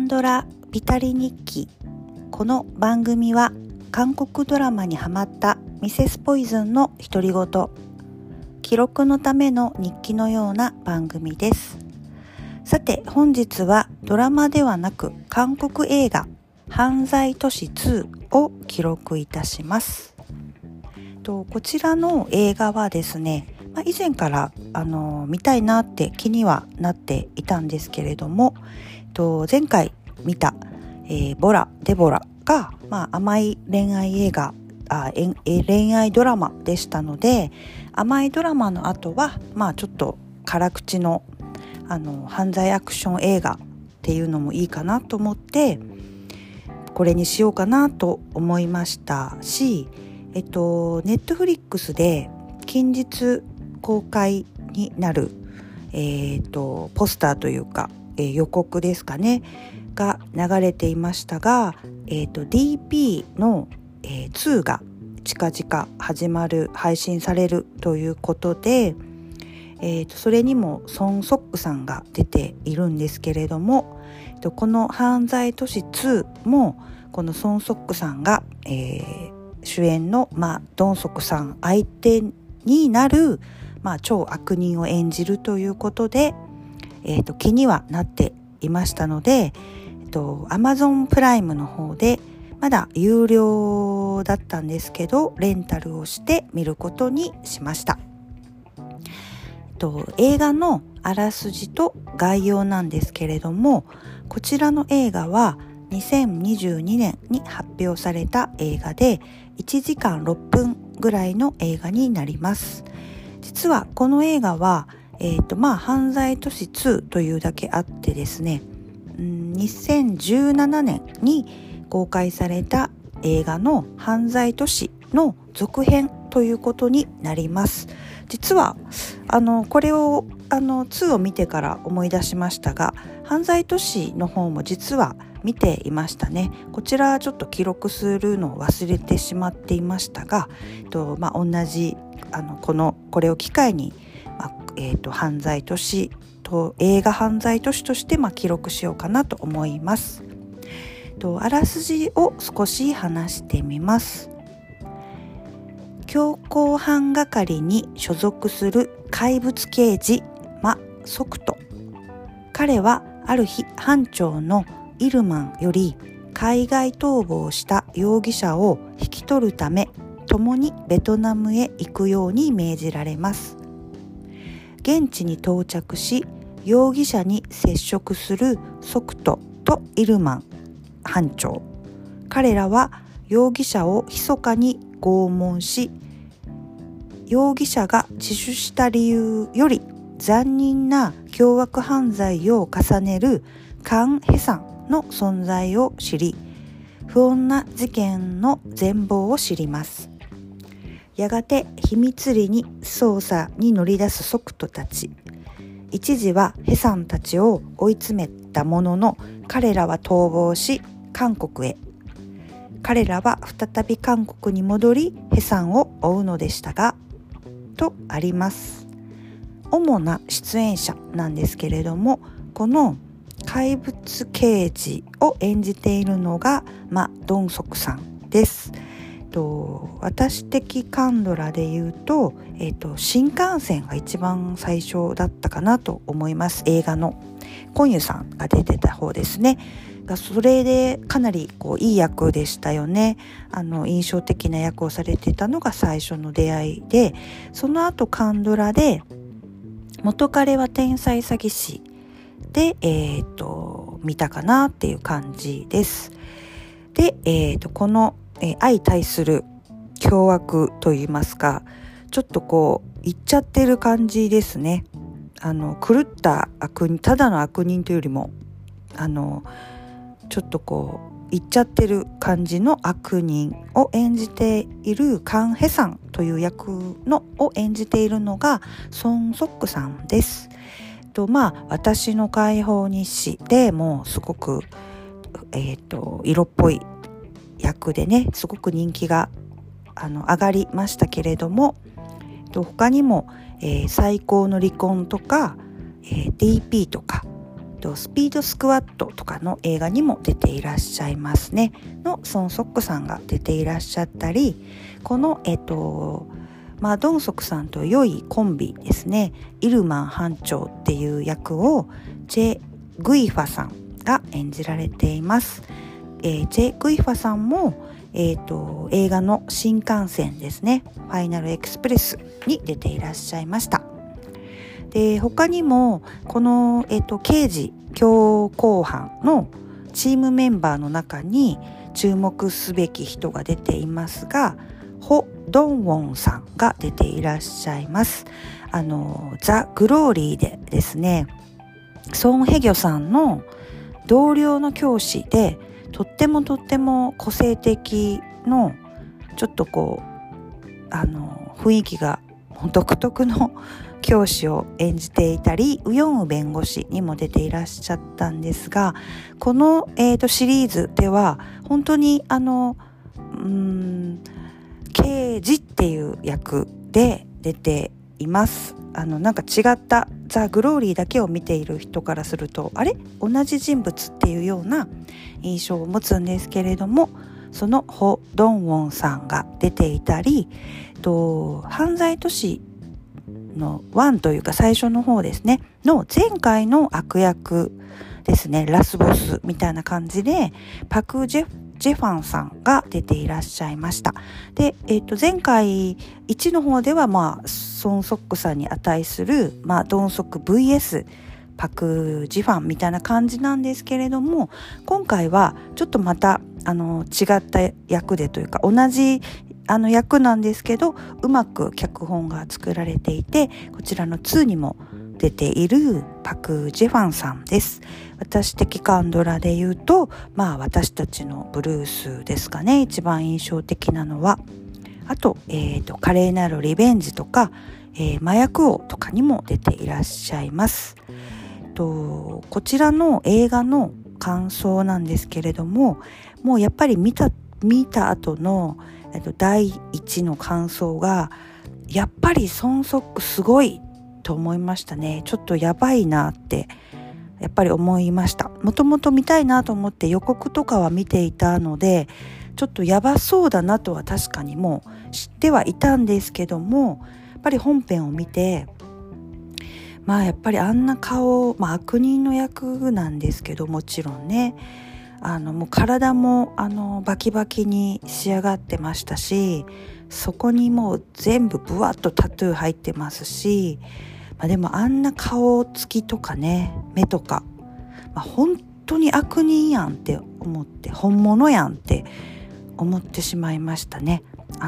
ドラビタリ日記。この番組は韓国ドラマにハマったミセスポイズンの独り言、記録のための日記のような番組です。さて本日はドラマではなく韓国映画犯罪都市2を記録いたします。こちらの映画はですね、以前から見たいなって気にはなっていたんですけれども、前回見た、ボラ・デボラが、甘い恋愛映画恋愛ドラマでしたので、甘いドラマの後はちょっと辛口の犯罪アクション映画っていうのもいいかなと思ってこれにしようかなと思いましたし、ネットフリックスで近日公開になる、ポスターというか、予告ですかねが流れていましたが、DP の、2が近々配信されるということで、それにもソン・ソックさんが出ているんですけれども、この犯罪都市2もこのソン・ソックさんが、主演の、ドンソクさん相手になる、超悪人を演じるということで、気にはなっていましたので、Amazon プライムの方でまだ有料だったんですけどレンタルをして見ることにしました。映画のあらすじと概要なんですけれども、こちらの映画は2022年に発表された映画で1時間6分ぐらいの映画になります。実はこの映画は、犯罪都市2というだけあってですね、2017年に公開された映画の犯罪都市の続編ということになります。実はこれを2を見てから思い出しましたが、犯罪都市の方も実は見ていましたね。こちらちょっと記録するのを忘れてしまっていましたが、同じこれを機会に、犯罪都市と映画犯罪都市として記録しようかなと思います。あらすじを少し話してみます。強行犯係に所属する怪物刑事ソクト。彼はある日班長のイルマンより海外逃亡した容疑者を引き取るため共にベトナムへ行くように命じられます。現地に到着し容疑者に接触するソクトとイルマン班長。彼らは容疑者を密かに拷問し、容疑者が自首した理由より残忍な凶悪犯罪を重ねるカン・ヘサンの存在を知り、不穏な事件の全貌を知ります。やがて秘密裏に捜査に乗り出すソクトたち。一時はヘサンたちを追い詰めたものの、彼らは逃亡し韓国へ。彼らは再び韓国に戻りヘサンを追うのでしたが、とあります。主な出演者なんですけれども、この怪物刑事を演じているのがドンソクさんです。私的カンドラで言うと、新幹線が一番最初だったかなと思います。映画のコンユさんが出てた方ですね。それでかなりいい役でしたよね。印象的な役をされていたのが最初の出会いで、その後カンドラで元彼は天才詐欺師で、見たかなっていう感じです。で、この、相対する凶悪といいますか、ちょっと言っちゃってる感じですね。狂った悪人、ただの悪人というよりもちょっと言っちゃってる感じの悪人を演じているカン・ヘサンという役を演じているのがソン・ソックさんです。私の解放日誌でもすごく、色っぽい役でね、すごく人気が上がりましたけれども、他にも、最高の離婚とか、DP とかスピードスクワットとかの映画にも出ていらっしゃいますねのソン・ソックさんが出ていらっしゃったり、このドンソクさんと良いコンビですね、イルマン班長っていう役をチェ・グイファさんが演じられています。チェ・グイファさんも、映画の新幹線ですね、ファイナルエクスプレスに出ていらっしゃいました。で、他にもこの、刑事強行犯のチームメンバーの中に注目すべき人が出ていますが、ホ・ドンウォンさんが出ていらっしゃいます。ザ・グローリーでですね、ソン・ヘギョさんの同僚の教師で、とっても個性的のちょっと雰囲気が独特の教師を演じていたり、ウヨンウ弁護士にも出ていらっしゃったんですが、この、シリーズでは本当に刑事っていう役で出ています。なんか違ったザ・グローリーだけを見ている人からすると、あれ同じ人物っていうような印象を持つんですけれども、そのホ・ドンウォンさんが出ていたり、犯罪都市の1というか最初の方ですねの前回の悪役ですね、ラスボスみたいな感じでパク・ジェファンさんが出ていらっしゃいました。で、前回1の方ではソン・ソックさんに値する、ドンソク VS パク・ジファンみたいな感じなんですけれども、今回はちょっとまた違った役でというか、同じ役なんですけど、うまく脚本が作られていて、こちらの2にも出ているパク・ジェファンさんです。私的カンドラで言うと、私たちのブルースですかね、一番印象的なのは。あと、華麗なるリベンジとか、麻薬王とかにも出ていらっしゃいます。こちらの映画の感想なんですけれども、もうやっぱり見た後の第一の感想が、やっぱりソン・ソックすごいと思いましたね。ちょっとやばいなってやっぱり思いました。もともと見たいなと思って予告とかは見ていたので、ちょっとやばそうだなとは確かにもう知ってはいたんですけども、やっぱり本編を見て、やっぱりあんな顔、悪人の役なんですけど、もちろんね、もう体もバキバキに仕上がってましたし、そこにもう全部ブワッとタトゥー入ってますし、でもあんな顔つきとかね、目とか、本当に悪人やんって思って、本物やんって思ってしまいましたね。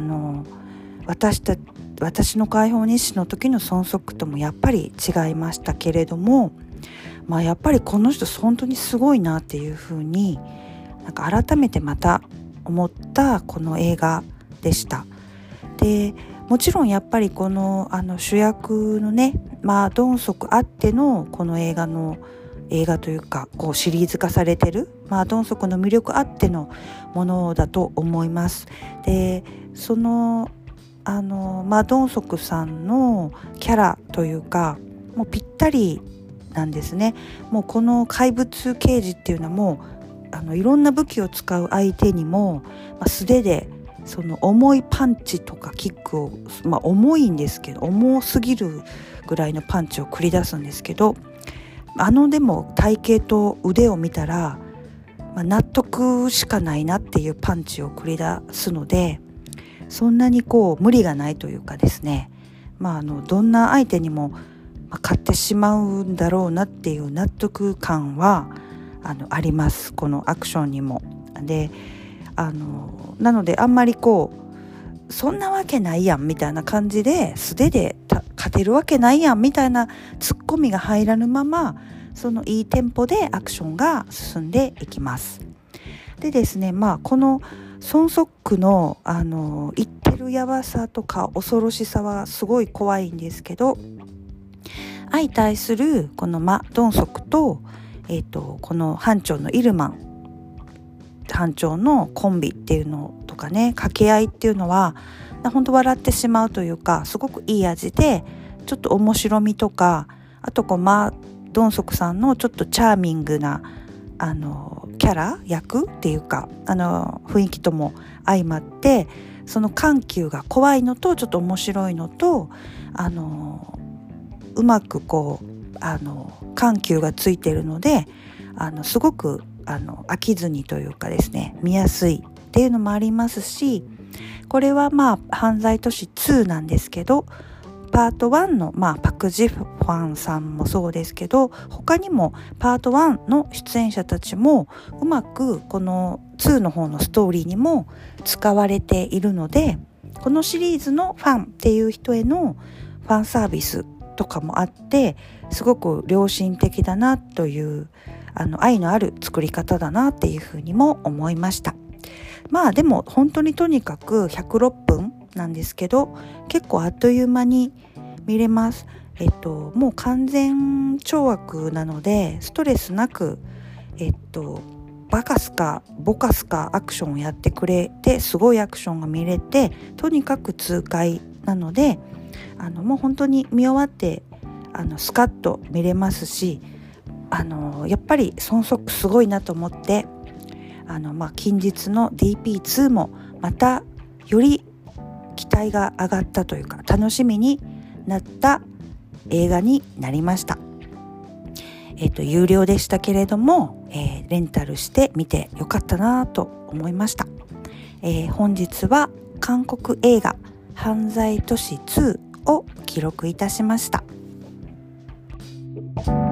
私の解放日誌の時のソン・ソックともやっぱり違いましたけれども、やっぱりこの人本当にすごいなっていうふうに改めてまた思ったこの映画でした。で、もちろんやっぱりこの主役のね、ドンソクあってのこの映画というか、シリーズ化されてる、ドンソクの魅力あってのものだと思います。で、そのドンソクさんのキャラというか、もうぴったりなんですね。もうこの怪物刑事っていうのはもういろんな武器を使う相手にも、素手でその重いパンチとかキックを、重いんですけど、重すぎるぐらいのパンチを繰り出すんですけど、でも体型と腕を見たら、納得しかないなっていうパンチを繰り出すので、そんなに無理がないというかですね、どんな相手にも勝ってしまうんだろうなっていう納得感はあります、このアクションにも。で、なのであんまりそんなわけないやんみたいな感じで、素手で勝てるわけないやんみたいなツッコミが入らぬまま、そのいいテンポでアクションが進んでいきます。でですね、このソン・ソックの言ってるやばさとか恐ろしさはすごい怖いんですけど、相対するこのドンソクと、この班長のイルマン班長のコンビっていうのとかね、掛け合いっていうのは本当笑ってしまうというか、すごくいい味で、ちょっと面白みとか、あとドンソクさんのちょっとチャーミングなキャラ役っていうか雰囲気とも相まって、その緩急が怖いのとちょっと面白いのとうまくこう緩急がついてるのですごく飽きずにというかですね、見やすいっていうのもありますし、これは犯罪都市2なんですけど、パート1の、パク・ジファンさんもそうですけど、他にもパート1の出演者たちもうまくこの2の方のストーリーにも使われているので、このシリーズのファンっていう人へのファンサービスとかもあって、すごく良心的だなという愛のある作り方だなっていうふうにも思いました。でも本当にとにかく106分なんですけど、結構あっという間に見れます。もう完全懲悪なのでストレスなくバカすかボカすかアクションをやってくれて、すごいアクションが見れて、とにかく痛快なのでもう本当に見終わってスカッと見れますし、やっぱり孫則すごいなと思って、近日の DP2 もまたより期待が上がったというか、楽しみになった映画になりました。有料でしたけれども、レンタルして見てよかったなと思いました。本日は韓国映画犯罪都市2を記録いたしました。